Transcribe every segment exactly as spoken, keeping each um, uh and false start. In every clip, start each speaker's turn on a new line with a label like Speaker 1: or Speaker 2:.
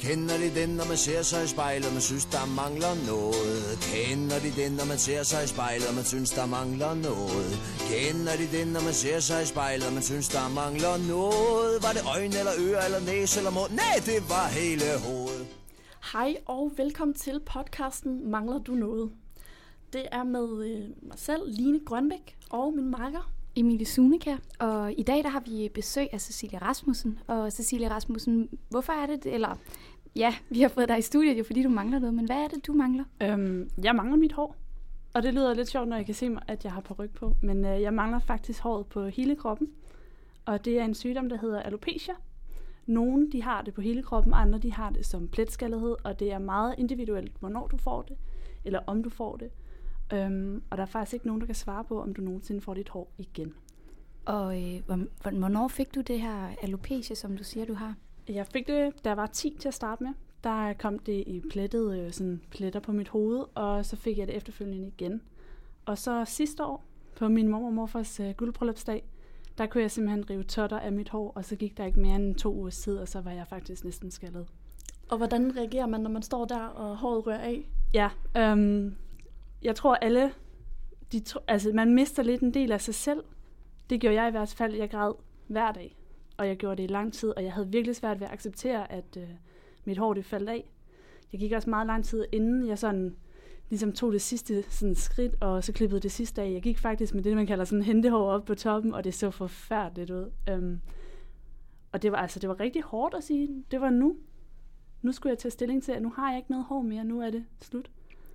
Speaker 1: Kender de den, når man ser sig i spejlet, og man synes, der mangler noget? Kender de den, når man ser sig i spejlet, og man synes, der mangler noget? Kender de den, når man ser sig i spejlet, og man synes, der mangler noget? Var det øjne eller ører eller næse eller mund? Nej, det var hele hovedet.
Speaker 2: Hej og velkommen til podcasten Mangler du noget? Det er med øh, mig selv, Line Grønbæk, og min makker
Speaker 3: Emilie Sunekær, og i dag der har vi besøg af Cecilie Rasmussen. Og Cecilie Rasmussen, hvorfor er det, eller ja, vi har fået dig i studiet jo, fordi du mangler noget, men hvad er det, du mangler?
Speaker 4: Øhm, jeg mangler mit hår, og det lyder lidt sjovt, når jeg kan se mig, at jeg har paryk på, men øh, jeg mangler faktisk håret på hele kroppen, og det er en sygdom, der hedder alopecia. Nogle de har det på hele kroppen, andre de har det som pletskaldighed, og det er meget individuelt, hvornår du får det, eller om du får det. Øhm, og der er faktisk ikke nogen, der kan svare på, om du nogensinde får dit hår igen.
Speaker 3: Og øh, hvornår fik du det her alopecia, som du siger, du har?
Speaker 4: Jeg fik det, da jeg var ti til at starte med. Der kom det i plettet, øh, sådan pletter på mit hoved, og så fik jeg det efterfølgende igen. Og så sidste år, på min mor og morfars øh, guldbryllupsdag, der kunne jeg simpelthen rive totter af mit hår, og så gik der ikke mere end to ugers tid, og så var jeg faktisk næsten skaldet.
Speaker 2: Og hvordan reagerer man, når man står der, og håret rører af?
Speaker 4: Ja, øhm, jeg tror alle, de tro, altså man mister lidt en del af sig selv. Det gjorde jeg i hvert fald. Jeg græd hver dag, og jeg gjorde det i lang tid, og jeg havde virkelig svært ved at acceptere, at øh, mit hår det faldt af. Jeg gik også meget lang tid, inden jeg sådan ligesom tog det sidste sådan skridt, og så klippede det sidste af. Jeg gik faktisk med det, man kalder sådan hentehår op på toppen, og det så forfærdeligt ud. Um, og det var altså det var rigtig hårdt at sige. Det var nu. Nu skulle jeg tage stilling til, at nu har jeg ikke noget hår mere. Nu er det slut.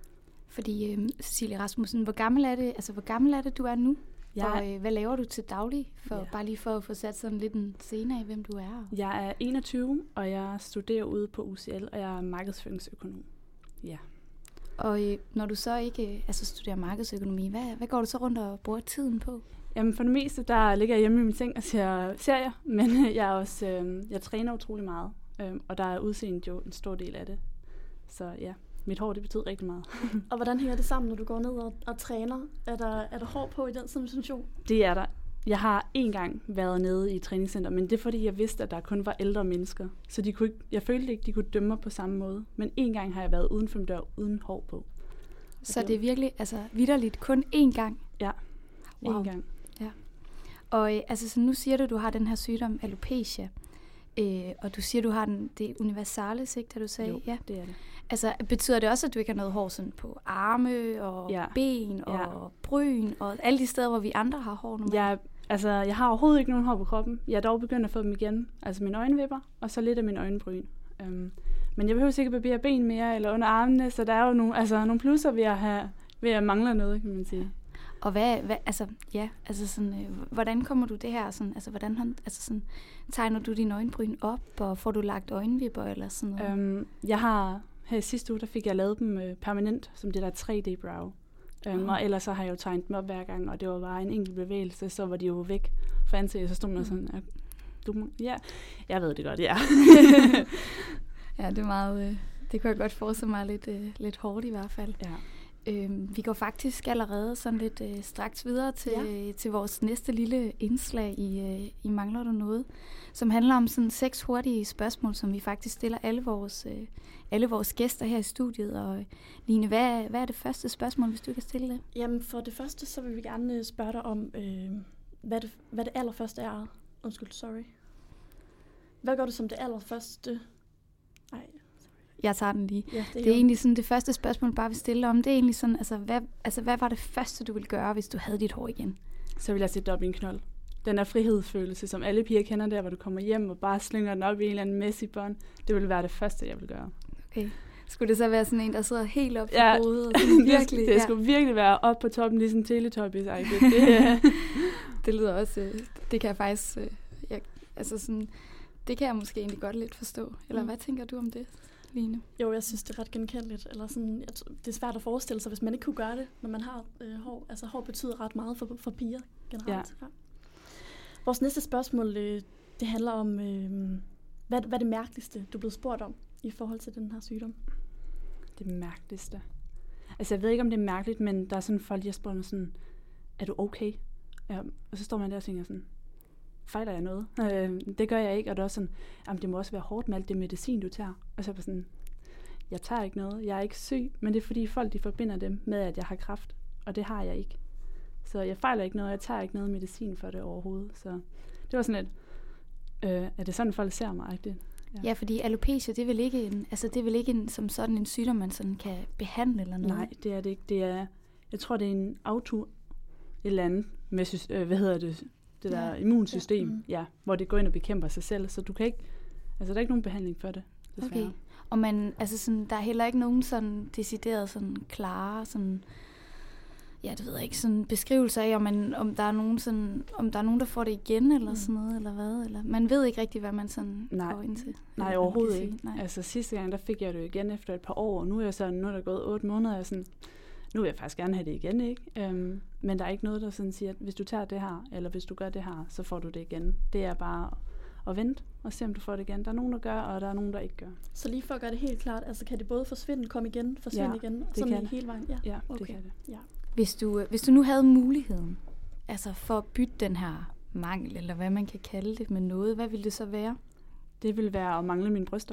Speaker 3: Fordi øh, Cecilie Rasmussen, hvor gammel er det? Altså hvor gammel er det du er nu?
Speaker 4: Jeg,
Speaker 3: og øh, hvad laver du til daglig? For
Speaker 4: ja.
Speaker 3: bare lige for at få sat sådan lidt en scene af, hvem du er.
Speaker 4: Jeg er enogtyve, og jeg studerer ude på U C L, og jeg er markedsføringsøkonom. Ja.
Speaker 3: Og øh, når du så ikke øh, altså studerer markedsøkonomi, hvad, hvad går du så rundt og bruger tiden på?
Speaker 4: Jamen for det meste, der ligger jeg hjemme i min seng og ser serier, men jeg er også øh, jeg træner utrolig meget, øh, og der er udseendet jo en stor del af det. Så ja, mit hår det betyder rigtig meget.
Speaker 2: Og hvordan hænger det sammen, når du går ned og, og træner? Er der, er der hår på i den situation?
Speaker 4: Det er der. Jeg har en gang været nede i et træningscenter, men det er fordi, jeg vidste, at der kun var ældre mennesker. Så de kunne ikke, jeg følte ikke, de kunne dømme mig på samme måde. Men en gang har jeg været uden for min dør, uden hår på.
Speaker 3: Så det er virkelig altså, vitterligt kun én gang?
Speaker 4: Ja,
Speaker 3: wow.
Speaker 4: én gang.
Speaker 3: Ja. Og øh, altså, så nu siger du, at du har den her sygdom, alopecia. Øh, og du siger, at du har den, det universalis, ikke, da du sagde?
Speaker 4: Jo,
Speaker 3: ja,
Speaker 4: det er det.
Speaker 3: Altså, betyder det også, at du ikke har noget hår sådan på arme og ja. ben og ja. bryn og alle de steder, hvor vi andre har hår normalt?
Speaker 4: Jeg, altså, jeg har overhovedet ikke nogen hår på kroppen. Jeg er dog begyndt at få dem igen. Altså mine øjenvipper, og så lidt af mine øjenbryn. Um, men jeg behøver ikke at barbere ben mere eller under armene, så der er jo nogle, altså, nogle plusser ved at, have, ved at mangle noget, kan man sige.
Speaker 3: Og hvad, hvad altså, ja, altså sådan, øh, hvordan kommer du det her, sådan, altså, hvordan, altså sådan, tegner du dine øjenbryn op, og får du lagt øjenvipper eller sådan noget?
Speaker 4: Um, jeg har, her i sidste uge, der fik jeg lavet dem øh, permanent, som det der tre D brow. Um, oh. Og ellers så har jeg jo tegnet dem op hver gang, og det var bare en enkelt bevægelse, så var de jo væk fra ansigtet, så stod man sådan, ja, du, ja, jeg ved det godt, ja.
Speaker 3: Ja, det er meget, øh, det kan jeg godt forestille mig lidt, øh, lidt hårdt i hvert fald.
Speaker 4: Ja.
Speaker 3: Øhm, vi går faktisk allerede sådan lidt øh, straks videre til,
Speaker 2: ja.
Speaker 3: til vores næste lille indslag i, øh, i Mangler du noget, som handler om sådan seks hurtige spørgsmål, som vi faktisk stiller alle vores, øh, alle vores gæster her i studiet. Og Line, hvad, hvad er det første spørgsmål, hvis du kan stille det?
Speaker 2: Jamen for det første, så vil vi gerne spørge dig om, øh, hvad, det, hvad det allerførste er. Undskyld, sorry. Hvad gør du som det allerførste? Nej.
Speaker 3: Jeg tager den lige.
Speaker 2: Ja, det,
Speaker 3: det er egentlig sådan det første spørgsmål, bare vi stiller om. Det er egentlig sådan, altså hvad, altså hvad var det første, du ville gøre, hvis du havde dit hår igen?
Speaker 4: Så ville jeg sætte op i en knold. Den der frihedsfølelse, som alle piger kender der, hvor du kommer hjem og bare slynger den op i en eller anden messy bånd. Det ville være det første, jeg ville gøre.
Speaker 3: Okay. Skulle det så være sådan en, der sidder helt op
Speaker 4: ja.
Speaker 3: på hovedet? Og sådan virkelig,
Speaker 4: det, det
Speaker 3: ja.
Speaker 4: skulle virkelig være op på toppen, ligesom Teletubbies. Det,
Speaker 3: det lyder også, det kan jeg faktisk, jeg, altså sådan, det kan jeg måske egentlig godt lidt forstå. Eller mm. hvad tænker du om det, Line?
Speaker 2: Jo, jeg synes, det er ret genkendeligt. Eller sådan, jeg, det er svært at forestille sig, hvis man ikke kunne gøre det, når man har øh, hår. Altså hår betyder ret meget for, for piger generelt. Ja. Vores næste spørgsmål, øh, det handler om, øh, hvad, hvad er det mærkeligste, du er blevet spurgt om i forhold til den her sygdom?
Speaker 4: Det mærkeligste? Altså jeg ved ikke, om det er mærkeligt, men der er sådan folk, der spørger mig sådan, er du okay? Ja, og så står man der og tænker sådan, fejler jeg noget? Øh, det gør jeg ikke, og det er også sådan, jamen, det må også være hårdt med alt det medicin, du tager. Og så er jeg sådan, jeg tager ikke noget, jeg er ikke syg, men det er fordi folk, de forbinder dem med, at jeg har kræft, og det har jeg ikke. Så jeg fejler ikke noget, jeg tager ikke noget medicin for det overhovedet. Så det var sådan et, øh, er det sådan, folk ser mig, ikke det?
Speaker 3: Ja. ja, fordi alopecia, det er vel ikke en, altså det er vel ikke en, som sådan en sygdom, man sådan kan behandle eller noget?
Speaker 4: Nej, det er det ikke. Det er, jeg tror, det er en auto et eller andet med, øh, hvad hedder det, det der ja. immunsystem, ja. Mm. ja, hvor det går ind og bekæmper sig selv, så du kan ikke, altså der er ikke nogen behandling for det, desværre.
Speaker 3: Okay, og man, altså sådan, der er heller ikke nogen sådan decideret sådan klare, sådan, ja, det ved jeg ikke, sådan beskrivelser af, om, man, om, der er nogen sådan, om der er nogen, der får det igen, eller mm. sådan noget, eller hvad, eller man ved ikke rigtig, hvad man sådan
Speaker 4: Nej.
Speaker 3: går ind til.
Speaker 4: Nej, overhovedet ikke. Nej. Altså sidste gang, der fik jeg det igen efter et par år, og nu er jeg sådan, nu er der gået otte måneder, og sådan, nu vil jeg faktisk gerne have det igen, ikke? Øhm, men der er ikke noget, der sådan siger, at hvis du tager det her, eller hvis du gør det her, så får du det igen. Det er bare at vente og se, om du får det igen. Der er nogen, der gør, og der er nogen, der ikke gør.
Speaker 2: Så lige for at gøre det helt klart, altså kan det både forsvinde, komme igen, forsvinde
Speaker 4: ja,
Speaker 2: igen,
Speaker 4: det
Speaker 2: sådan
Speaker 4: kan
Speaker 2: hele vejen? Ja,
Speaker 4: ja
Speaker 2: okay.
Speaker 4: det kan det.
Speaker 2: Ja.
Speaker 3: Hvis du, hvis du nu havde muligheden, altså for at bytte den her mangel, eller hvad man kan kalde det med noget, hvad ville det så være?
Speaker 4: Det ville være at mangle mine bryster.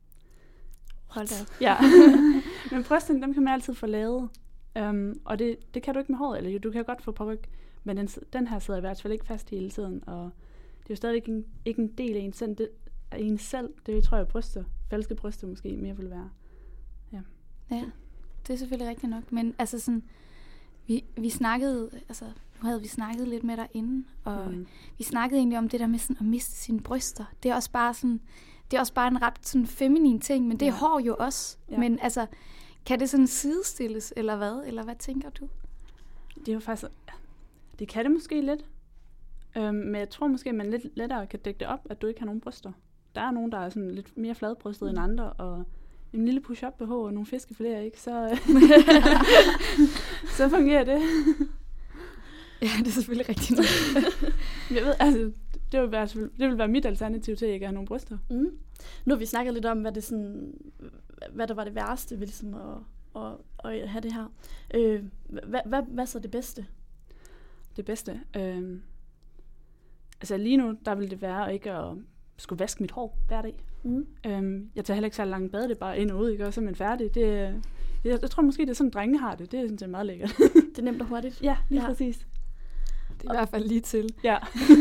Speaker 3: Hold da op.
Speaker 4: Ja, men brysterne, dem kan man altid få lavet. Um, og det, det kan du ikke med håret, eller du kan godt få paryk, men den, den her sidder i hvert fald ikke fast hele tiden, og det er jo stadig ikke en, ikke en del af en selv. Det, af en selv, det tror jeg bryster, falske bryster måske mere vil være. Ja.
Speaker 3: Ja, det er selvfølgelig rigtigt nok, men altså sådan, vi, vi snakkede, altså nu havde vi snakket lidt med dig inden, og mm. vi snakkede egentlig om det der med sådan at miste sine bryster. Det er også bare sådan, det er også bare en ret sådan feminin ting, men det er ja. hår jo også. Ja. Men altså, kan det sådan sidestilles, eller hvad? Eller hvad tænker du?
Speaker 4: Det er jo faktisk, det kan det måske lidt. Øhm, men jeg tror måske, at man lidt lettere kan dække det op, at du ikke har nogen bryster. Der er nogen, der er sådan lidt mere fladbrystet mm. end andre, og en lille push-up B H og nogle fiskefiléer, ikke? Så, så fungerer det.
Speaker 3: Ja, det er selvfølgelig rigtigt nok.
Speaker 4: Jeg ved, altså, det vil, være, det vil være mit alternativ til, at jeg ikke har nogen bryster.
Speaker 2: Mm. Nu har vi snakket lidt om, hvad, det sådan, hvad der var det værste ved ligesom at, at, at have det her. Øh, hvad, hvad, hvad så det bedste?
Speaker 4: Det bedste? Øh, altså lige nu, der vil det være ikke at skulle vaske mit hår hver dag. Mm. Øh, jeg tager heller ikke så lange bade, det er bare ind og ud, ikke? Og så er man færdig. Det, jeg, jeg tror måske, det er sådan, drenge har det. Det er sådan set meget lækkert.
Speaker 2: Det er nemt og hurtigt.
Speaker 4: Ja, lige
Speaker 2: ja.
Speaker 4: præcis.
Speaker 3: Det er i hvert fald lige til.
Speaker 4: Ja.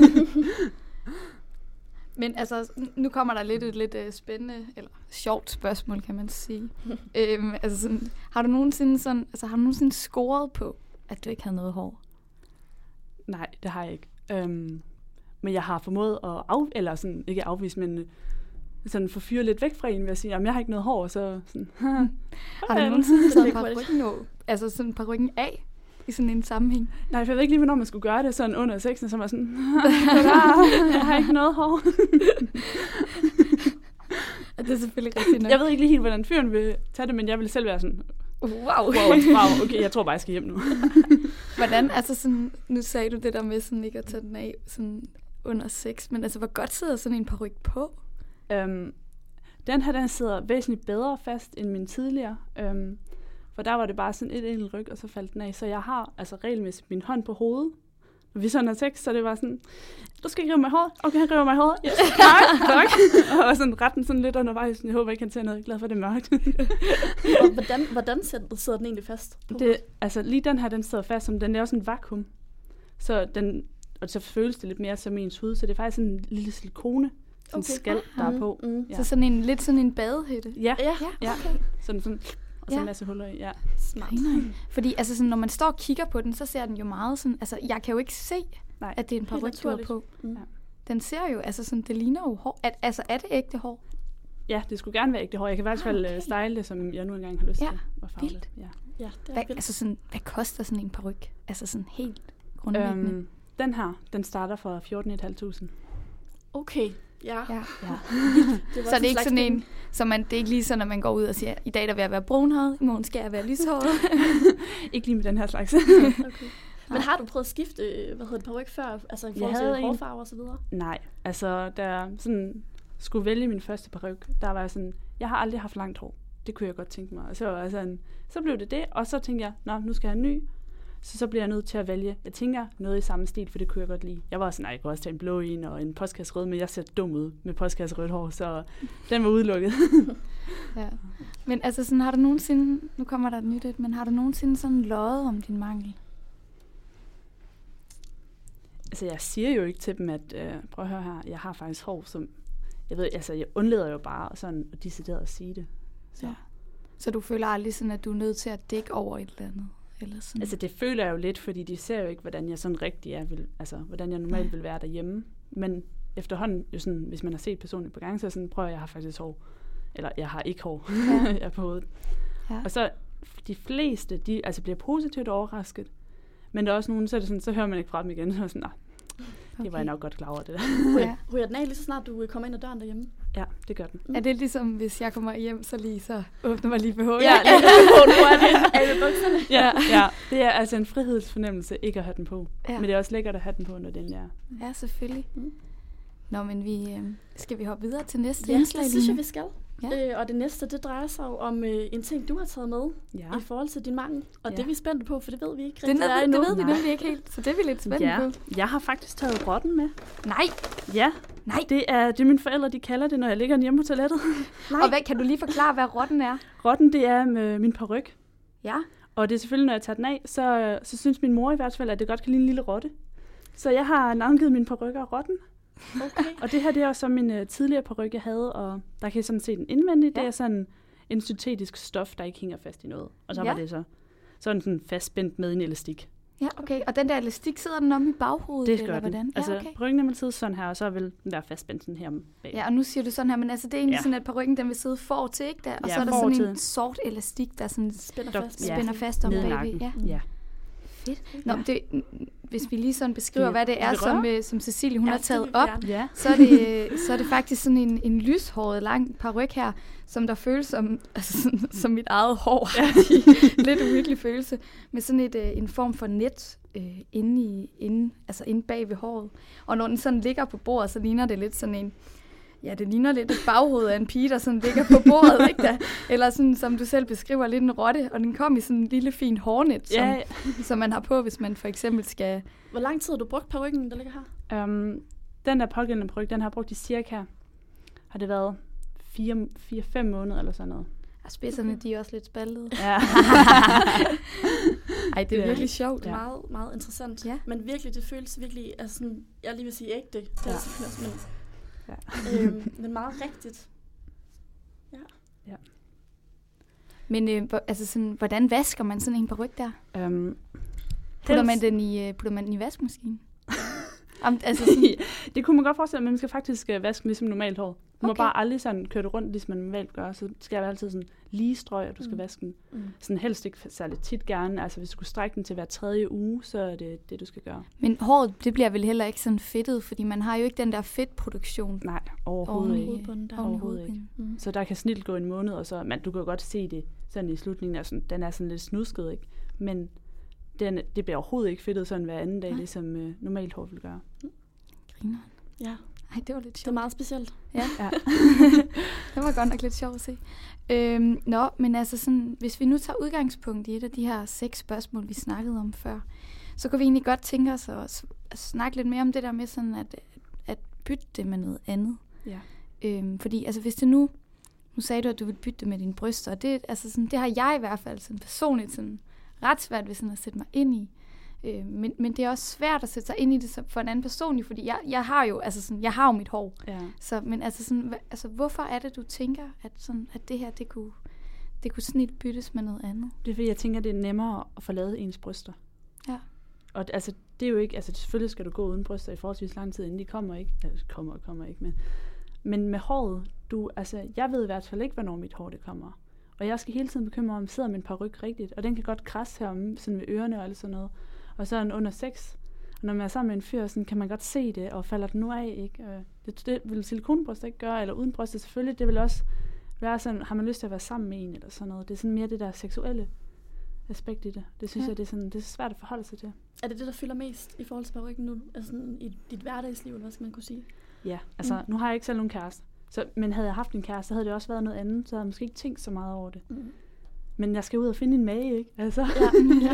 Speaker 3: Men altså, nu kommer der lidt et lidt uh, spændende, eller sjovt spørgsmål, kan man sige. øhm, altså sådan, har du nogensinde sådan, altså har du nogensinde scoret på, at du ikke havde noget hår?
Speaker 4: Nej, det har jeg ikke. Øhm, men jeg har formået at af, eller sådan, ikke afvise, men sådan forfyre lidt væk fra en ved at sige, at jeg har ikke noget hår, så sådan.
Speaker 3: Har du nogensinde taget parykken, altså sådan parykken af i sådan en sammenhæng?
Speaker 4: Nej, for jeg ved ikke lige, hvornår man skulle gøre det sådan under sexen, så var sådan, jeg har ikke noget hår.
Speaker 3: Det er selvfølgelig rigtigt nok.
Speaker 4: Jeg ved ikke lige helt, hvordan fyren vil tage det, men jeg vil selv være sådan,
Speaker 3: wow,
Speaker 4: wow, wow okay, jeg tror bare, jeg skal hjem nu.
Speaker 3: Hvordan, altså sådan, nu sagde du det der med sådan ikke at tage den af sådan under sex, men altså hvor godt sidder sådan en paryk på?
Speaker 4: Um, den her, den sidder væsentligt bedre fast end min tidligere. Um, for der var det bare sådan et enkelt ryg, og så faldt den af. Så jeg har altså regelmæssigt min hånd på hovedet. Når vi sådan har sex, så det var sådan, du skal ikke rive mig i håret. Okay, han river mig i håret. Yes. Tak, tak. Og sådan retten sådan lidt undervejs. Jeg håber ikke, han tager noget. Jeg er glad for, det er mørkt.
Speaker 2: Og hvordan, hvordan sidder den egentlig fast?
Speaker 4: Det, altså lige den her, den sidder fast, som den er også en vakuum. Så den, og så føles det lidt mere som ens hud. Så det er faktisk sådan en lille silikone. Sådan en okay. skal, der er på.
Speaker 3: Mm, mm. Ja. Så sådan en, lidt sådan en badehætte?
Speaker 4: Ja,
Speaker 3: ja,
Speaker 4: ja. Okay. Sådan, sådan, og så ja. En masse huller i, ja.
Speaker 3: Smart. Fordi altså sådan, når man står og kigger på den, så ser den jo meget sådan, altså jeg kan jo ikke se, Nej. At det er en paryk, du har på. Mm. Ja. Den ser jo, altså sådan, det ligner jo hår. At, altså er det ægte hår?
Speaker 4: Ja, det skulle gerne være ægte hår. Jeg kan i hvert fald okay. style det, som jeg nu engang har lyst
Speaker 3: ja.
Speaker 4: til at farve det. Ja,
Speaker 2: ja det er
Speaker 3: hvad, altså sådan, hvad koster sådan en paryk? Altså sådan helt grundlæggende. Øhm,
Speaker 4: den her, den starter for fjorten tusind fem hundrede.
Speaker 2: Okay. Ja.
Speaker 3: ja. ja. Det så det er ikke sådan en, så man, det er ikke lige sådan, at man går ud og siger, i dag der vil jeg være brunhåret, i morgen skal jeg være lyshåret.
Speaker 4: Ikke lige med den her slags.
Speaker 2: Okay. Men har du prøvet at skifte, hvad hedder det, paryk før, altså i forhold til hårfarve og så videre?
Speaker 4: Nej, altså da jeg sådan skulle vælge min første paryk, der var jeg sådan, jeg har aldrig haft langt hår. Det kunne jeg godt tænke mig. Og så var jeg sådan, så blev det det, og så tænkte jeg, nå, nu skal jeg have en ny. Så så bliver jeg nødt til at vælge, jeg tænker noget i samme stil, for det kunne jeg godt lide. Jeg var sådan, nej, jeg kunne også tage en blå en og en postkasse rød, men jeg ser dum ud med postkasse rødt hår, så den var udelukket.
Speaker 3: Ja. Men altså sådan, har du nogensinde, nu kommer der et nyt et, men har du nogensinde sådan løjet om din mangel?
Speaker 4: Altså, jeg siger jo ikke til dem, at øh, prøv at høre her, jeg har faktisk hår, som, jeg ved, altså, jeg undlader jo bare sådan at decideret at sige det. Så.
Speaker 3: Ja. Så du føler aldrig sådan, at du er nødt til at dække over et eller andet? Eller sådan?
Speaker 4: Altså, det føler jeg jo lidt, fordi de ser jo ikke, hvordan jeg sådan rigtig er, vil, altså, hvordan jeg normalt
Speaker 3: Nej.
Speaker 4: vil være derhjemme. Men efterhånden, jo sådan, hvis man har set personen på gang, så sådan, prøv at jeg har faktisk hår. Eller, jeg har ikke hår. Ja. Jeg er på hovedet.
Speaker 3: Ja.
Speaker 4: Og så, de fleste, de altså, bliver positivt overrasket. Men der er også nogen, så, er det sådan, så hører man ikke fra dem igen. Så er sådan, nej, okay. Det var jeg nok godt klar over, det der.
Speaker 2: Ja. Ryger den af lige så snart du kommer ind ad døren derhjemme?
Speaker 4: Ja, det gør den.
Speaker 3: Mm. Er det ligesom, hvis jeg kommer hjem, så lige så åbner mig lige B H'en?
Speaker 2: Ja, lige på nu er det alle bukserne.
Speaker 4: Ja, ja, det er altså en frihedsfornemmelse ikke at have den på.
Speaker 3: Ja.
Speaker 4: Men det er også lækkert at have den på, når den er.
Speaker 3: Ja, selvfølgelig. Mm. Nå, men vi, øh, skal vi hoppe videre til næste
Speaker 2: ja,
Speaker 3: indslag?
Speaker 2: det synes jeg, vi skal.
Speaker 3: Ja.
Speaker 2: Øh, og det næste, det drejer sig jo om øh, en ting, du har taget med
Speaker 4: ja.
Speaker 2: i forhold til din mangel. Og
Speaker 4: ja.
Speaker 2: det er vi spændte på, for det ved vi ikke
Speaker 3: rigtig.
Speaker 2: Det,
Speaker 3: er, det ved vi nemlig ikke helt, så det er vi lidt spændte
Speaker 4: ja.
Speaker 3: på.
Speaker 4: Jeg har faktisk taget rotten med.
Speaker 3: Nej!
Speaker 4: Ja,
Speaker 3: Nej.
Speaker 4: Det er det mine forældre, de kalder det, når jeg ligger hjemme på toilettet.
Speaker 3: Nej. Og hvad, kan du lige forklare, hvad rotten er?
Speaker 4: Rotten, det er med min paryk.
Speaker 3: Ja.
Speaker 4: Og det er selvfølgelig, når jeg tager den af, så, så synes min mor i hvert fald, at det godt kan ligne en lille rotte. Så jeg har navngivet min parykker rotten.
Speaker 2: Okay.
Speaker 4: Og det her, det er også min uh, tidligere paryk, jeg havde, og der kan I sådan se den indvendigt. Ja. Det er sådan en syntetisk stof, der ikke hænger fast i noget. Og så ja. var det så sådan, sådan fastspændt med en elastik.
Speaker 3: Ja, okay. Og den der elastik, sidder den om i baghovedet?
Speaker 4: Det gør
Speaker 3: eller
Speaker 4: den.
Speaker 3: hvordan?
Speaker 4: Altså,
Speaker 3: ja, okay.
Speaker 4: parykken vil sidde sådan her, og så vil den være fastspændt sådan her bag.
Speaker 3: Ja, og nu siger du sådan her, men altså, det er egentlig ja. sådan, at parykken, den vil sidde for til, ikke der? Og
Speaker 4: ja,
Speaker 3: så er der sådan en sort elastik, der sådan
Speaker 2: spænder fast,
Speaker 3: spænder ja. fast om bagved. Ja.
Speaker 4: ja.
Speaker 3: Fedt. Nå, ja. det, hvis vi lige sådan beskriver, ja. hvad det er, som, som Cecilie hun
Speaker 2: ja,
Speaker 3: har taget op,
Speaker 4: ja.
Speaker 3: så, er det, så er det faktisk sådan en, en lyshåret lang paryk her, som der føles som, altså sådan, som mit eget hår. Lidt uhyggelig følelse. Med sådan et, øh, en form for net øh, inde, i, inde, altså inde bag ved håret. Og når den sådan ligger på bordet, så ligner det lidt sådan en, ja, det ligner lidt et baghoved af en pige, der sådan ligger på bordet, ikke da? Eller sådan, som du selv beskriver, lidt en rotte, og den kom i sådan en lille fin hårnet, som, ja, ja. som man har på, hvis man for eksempel skal...
Speaker 2: Hvor lang tid har du brugt parykken, der ligger her?
Speaker 4: Um, den der pågældende paryk, den har jeg brugt i cirka, har det været fire fem måneder eller sådan noget.
Speaker 3: Og spidserne, okay. de er også lidt spaltede.
Speaker 4: Ja.
Speaker 3: Ej, det er virkelig sjovt.
Speaker 2: Det er meget, meget interessant.
Speaker 3: Ja.
Speaker 2: Men virkelig, det føles virkelig, altså sådan, jeg lige vil sige ægte. Det
Speaker 4: ja.
Speaker 2: er selvfølgelig også, men...
Speaker 4: Ja.
Speaker 2: øhm, men meget rigtigt. Ja.
Speaker 4: ja.
Speaker 3: Men øh, altså sådan, hvordan vasker man sådan en paryk der?
Speaker 4: Um,
Speaker 3: putter, man den i, uh, putter man den i vaskemaskinen? Om, altså sådan...
Speaker 4: det kunne man godt forestille, men man skal faktisk uh, vaske ligesom normalt hår. Du okay. må bare aldrig sådan køre det rundt, ligesom man normalt gør. Så skal jeg altid sådan lige strøg, at du skal mm. vaske den. Mm. Sådan helst ikke særligt tit gerne. Altså hvis du skulle strække den til hver tredje uge, så er det det, du skal gøre.
Speaker 3: Men håret, det bliver vel heller ikke sådan fedtet, fordi man har jo ikke den der fedtproduktion.
Speaker 4: Nej, overhovedet
Speaker 3: ikke.
Speaker 4: ikke. Overhovedet ikke. Mm. Så der kan snilt gå en måned, og så, man, du kan jo godt se det sådan i slutningen. Altså, den er sådan lidt snusket, ikke? Men den, det bliver overhovedet ikke fedtet sådan hver anden dag, ligesom øh, normalt hår vil gøre.
Speaker 3: Mm. Grineren.
Speaker 2: Ja.
Speaker 3: Ej, det var lidt sjovt.
Speaker 2: Det er meget specielt.
Speaker 3: Ja. ja. Det var godt nok lidt sjovt at se. Øhm, nå, men altså sådan, hvis vi nu tager udgangspunkt i et af de her seks spørgsmål, vi snakkede om før, så kunne vi egentlig godt tænke os at, at snakke lidt mere om det der med sådan, at, at bytte det med noget andet.
Speaker 4: Ja.
Speaker 3: Øhm, fordi altså hvis det nu, nu sagde du, at du ville bytte det med dine bryster, og det, altså sådan, det har jeg i hvert fald sådan personligt sådan, ret svært ved sådan at sætte mig ind i. Øh, men, men det er også svært at sætte sig ind i det for en anden person, fordi jeg, jeg har jo altså sådan, jeg har jo mit hår.
Speaker 4: Ja.
Speaker 3: Så men altså sådan, altså hvorfor er det du tænker at sådan at det her det kunne det kunne snilt byttes med noget andet?
Speaker 4: Det er fordi jeg tænker det er nemmere at få lavet ens bryster.
Speaker 3: Ja.
Speaker 4: Og altså det er jo ikke, altså selvfølgelig skal du gå uden bryster i forholdsvis lang tid inden de kommer ikke. Altså kommer og kommer ikke, men men med håret, du altså jeg ved i hvert fald ikke hvornår mit hår det kommer. Og jeg skal hele tiden bekymre om sidder min paryk rigtigt, og den kan godt krasse herom sådan ved ørerne og alt sådan noget. Og så er den under seks. Og når man er sammen med en fyr, sådan, kan man godt se det, og falder den nu af, ikke? Det, det vil silikonbryster ikke gøre, eller uden bryster selvfølgelig. Det vil også være sådan, har man lyst til at være sammen med en, eller sådan noget. Det er sådan mere det der seksuelle aspekt i det. Det synes ja. jeg, det er, sådan, det er svært at forholde sig til.
Speaker 2: Er det det, der fylder mest i forhold til parykken nu? Altså sådan, i dit hverdagsliv, eller hvad skal man kunne sige?
Speaker 4: Ja, altså mm. nu har jeg ikke selv nogen kæreste. Så, men havde jeg haft en kæreste, så havde det også været noget andet. Så havde jeg måske ikke tænkt så meget over det. Mm. men jeg skal ud og finde en mage, ikke? Altså.
Speaker 2: Ja. ja.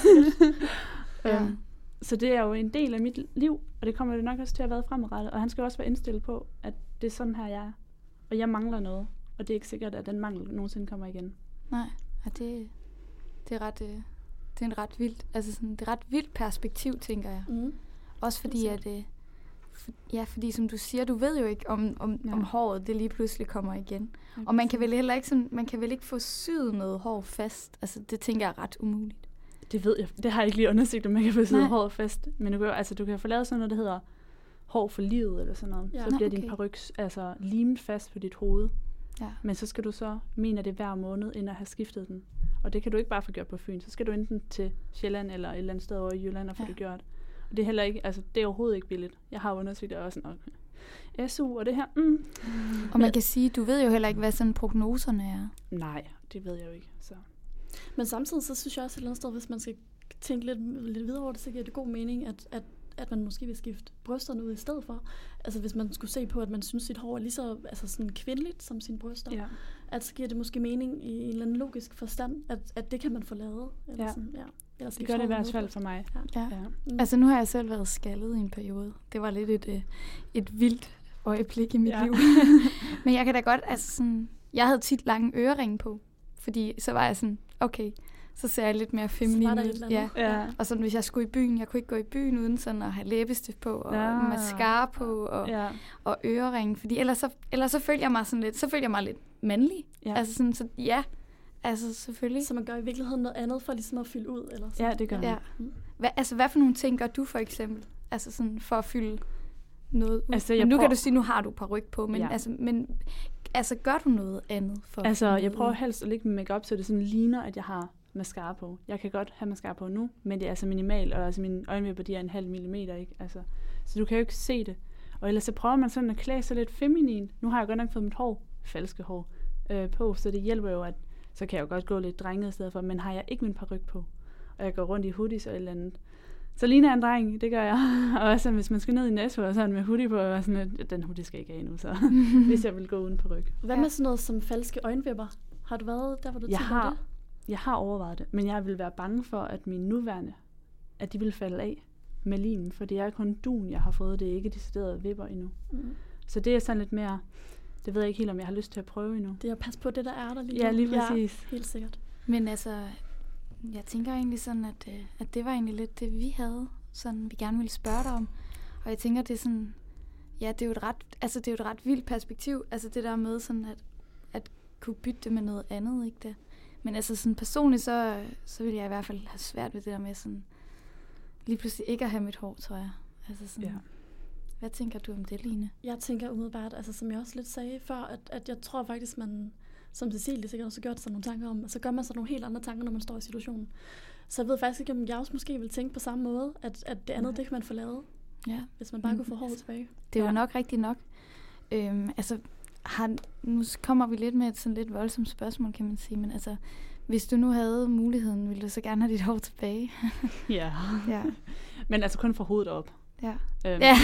Speaker 4: øhm, ja. Så det er jo en del af mit liv, og det kommer det nok også til at være fremadrettet. Og han skal også være indstillet på, at det er sådan her, jeg er. Og jeg mangler noget, og det er ikke sikkert, at den mangel nogensinde kommer igen.
Speaker 3: Nej, og det, det er ret... Øh Det er en ret vildt, altså sådan, det er ret vildt perspektiv, tænker jeg.
Speaker 2: Mm.
Speaker 3: Også fordi, at, øh, for, ja, fordi som du siger, du ved jo ikke, om, om, ja. om håret det lige pludselig kommer igen. Ja, og man kan vel heller ikke sådan, man kan vel ikke få syet noget hår fast. Altså, det tænker jeg er ret umuligt.
Speaker 4: Det ved jeg. Det har jeg ikke lige undersøgt, om man kan få syet håret fast. Men du kan, altså, du kan få lavet sådan noget, der hedder hår for livet, eller sådan noget. Ja. Så bliver Nå, okay. din paryk altså, limet fast på dit hoved. Ja. Men så skal du så mene det hver måned, inden at have skiftet den. Og det kan du ikke bare få gjort på Fyn. Så skal du enten til Sjælland eller et eller andet sted over i Jylland og få ja. det gjort. Og det er heller ikke, altså det er overhovedet ikke billigt. Jeg har undersøgt det også sådan, okay. S U og det her. Mm. Mm.
Speaker 3: Og man kan sige, du ved jo heller ikke, hvad sådan prognoserne er.
Speaker 4: Nej, det ved jeg jo ikke. Så.
Speaker 2: Men samtidig så synes jeg også et eller andet sted, hvis man skal tænke lidt, lidt videre over det, så giver det god mening, at, at at man måske vil skifte brysterne ud i stedet for. Altså hvis man skulle se på, at man synes, sit hår er lige så altså sådan kvindeligt som sine bryster, ja. At så giver det måske mening i en eller anden logisk forstand, at, at det kan man få lavet. Eller
Speaker 4: ja.
Speaker 2: Sådan, ja. Ellers
Speaker 4: det gør det i hvert fald for mig.
Speaker 3: Ja. Ja. Ja. Mm. Altså nu har jeg selv været skaldet i en periode. Det var lidt et, et vildt øjeblik i mit ja. liv. Men jeg kan da godt, altså sådan, jeg havde tit lange øreringe på, fordi så var jeg sådan, okay, så ser jeg lidt mere feminin ud. Ja. Ja. Og sådan, hvis jeg skulle i byen, jeg kunne ikke gå i byen uden sådan at have læbestift på, og ja. mascara på, og, ja. og øreringe. Fordi ellers så, ellers så følte jeg mig sådan lidt, så følte jeg mig lidt mandlig. Ja. Altså sådan, så ja, altså selvfølgelig.
Speaker 2: Så man gør i virkeligheden noget andet for ligesom at fylde ud, eller sådan.
Speaker 4: Ja, det gør man. Ja.
Speaker 3: Hvad, altså, hvad for nogle ting gør du for eksempel? Altså sådan, for at fylde noget ud? Altså, men nu prøver... kan du sige, nu har du paryk på, men, ja. altså, men altså, gør du noget andet for
Speaker 4: Altså, jeg prøver helst at lægge min make-up, så det sådan ligner, at jeg har mascara på. Jeg kan godt have mascara på nu, men det er altså minimalt, og altså mine øjenvipper, de er en halv millimeter, ikke? Altså, så du kan jo ikke se det. Og ellers så prøver man sådan at klæde sig lidt feminin. Nu har jeg godt nok fået mit hår, falske hår, øh, på, så det hjælper jo, at så kan jeg jo godt gå lidt drenget i stedet for, men har jeg ikke min paryk på, og jeg går rundt i hoodies og et eller andet, så ligner jeg en dreng, det gør jeg. Og også hvis man skal ned i Netto og sådan med hoodie på, og sådan, at den hoodie skal ikke have endnu, så hvis jeg vil gå uden paryk.
Speaker 2: Hvad med sådan noget som falske øjenvipper? Har du været der, hvor du
Speaker 4: jeg
Speaker 2: tænker
Speaker 4: har,
Speaker 2: det?
Speaker 4: Jeg har overvejet det, men jeg vil være bange for, at mine nuværende, at de vil falde af med limen, for det er kun dun, jeg har fået, det er ikke deciderede vipper endnu. Mm. Så det er sådan lidt mere, det ved jeg ikke helt, om jeg har lyst til at prøve endnu.
Speaker 2: Det er at passe på det, der er der lige
Speaker 4: Ja, lige præcis.
Speaker 2: Ja, helt sikkert.
Speaker 3: Men altså, jeg tænker egentlig sådan, at, at det var egentlig lidt det, vi havde, sådan vi gerne ville spørge dig om. Og jeg tænker, det er sådan, ja, det er jo et ret, altså det er jo et ret vildt perspektiv, altså det der med sådan, at, at kunne bytte det med noget andet, ikke det? Men altså sådan personligt, så, så vil jeg i hvert fald have svært ved det der med sådan, lige pludselig ikke at have mit hår, tror jeg. Altså sådan, ja. Hvad tænker du om det, Line?
Speaker 2: Jeg tænker umiddelbart, altså som jeg også lidt sagde før, at, at jeg tror faktisk, man, som Cecilie sikkert også gjort sig nogle tanker om, så gør man sig nogle helt andre tanker, når man står i situationen. Så jeg ved faktisk ikke, om jeg også måske vil tænke på samme måde, at, at det andet, Nej. det kan man få lavet, ja. Hvis man bare mm. kunne få håret tilbage.
Speaker 3: Det er jo ja. nok rigtigt nok. Øhm, altså, har, nu kommer vi lidt med et sådan lidt voldsomt spørgsmål, kan man sige, men altså, hvis du nu havde muligheden, ville du så gerne have dit hår tilbage?
Speaker 4: Ja. ja. Men altså kun fra hovedet op.
Speaker 3: Ja.
Speaker 4: Øhm.
Speaker 3: ja.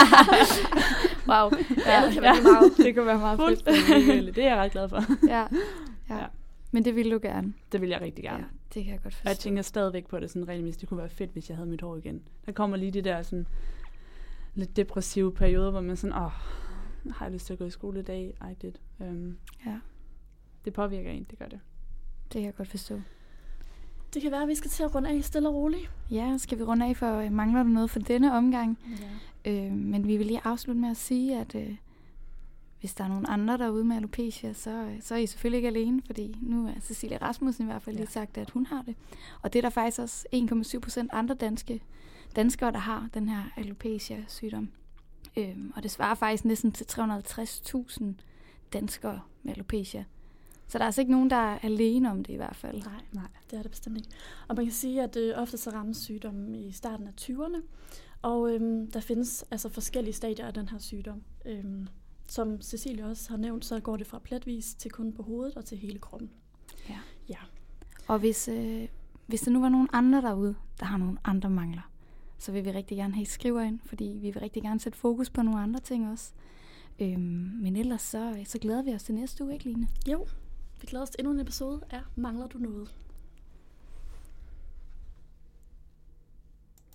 Speaker 3: Wow. Ja, det, kan være ja. meget, det kunne være meget fedt.
Speaker 4: Det er jeg ret glad for.
Speaker 3: ja. Ja. ja. Men det ville du gerne?
Speaker 4: Det vil jeg rigtig gerne.
Speaker 3: Ja, det kan jeg godt forstå.
Speaker 4: Og jeg tænker stadigvæk på det sådan regelmæssigt. Det kunne være fedt, hvis jeg havde mit hår igen. Der kommer lige det der sådan lidt depressive perioder, hvor man sådan, åh, har jeg lyst til at gå i skole i dag? Ej, det. Øhm, ja. Det påvirker en, det gør det.
Speaker 3: Det kan jeg godt forstå.
Speaker 2: Det kan være, at vi skal til at runde af stille og roligt.
Speaker 3: Ja, skal vi runde af, for mangler du noget for denne omgang? Ja. Øh, men vi vil lige afslutte med at sige, at øh, hvis der er nogen andre derude med alopecia, så, så er I selvfølgelig ikke alene, fordi nu er Cecilie Rasmussen i hvert fald ja. lige sagt, at hun har det. Og det er der faktisk også en komma syv procent andre danske danskere, der har den her alopecia-sygdom. Øhm, og det svarer faktisk næsten til tre hundrede og halvtreds tusind danskere med alopecia. Så der er altså ikke nogen, der er alene om det i hvert fald.
Speaker 2: Nej, nej, det er det bestemt ikke. Og man kan sige, at øh, ofte så rammes sygdommen i starten af tyverne, og øhm, der findes altså forskellige stadier af den her sygdom. Øhm, som Cecilie også har nævnt, så går det fra pletvis til kun på hovedet og til hele kroppen.
Speaker 3: Ja. ja. Og hvis, øh, hvis der nu var nogen andre derude, der har nogle andre mangler, så vil vi rigtig gerne have, I skriver ind, fordi vi vil rigtig gerne sætte fokus på nogle andre ting også. Øhm, men ellers så, så glæder vi os til næste uge, ikke Line?
Speaker 2: Jo, Vi glæder os til endnu en episode af Mangler du noget?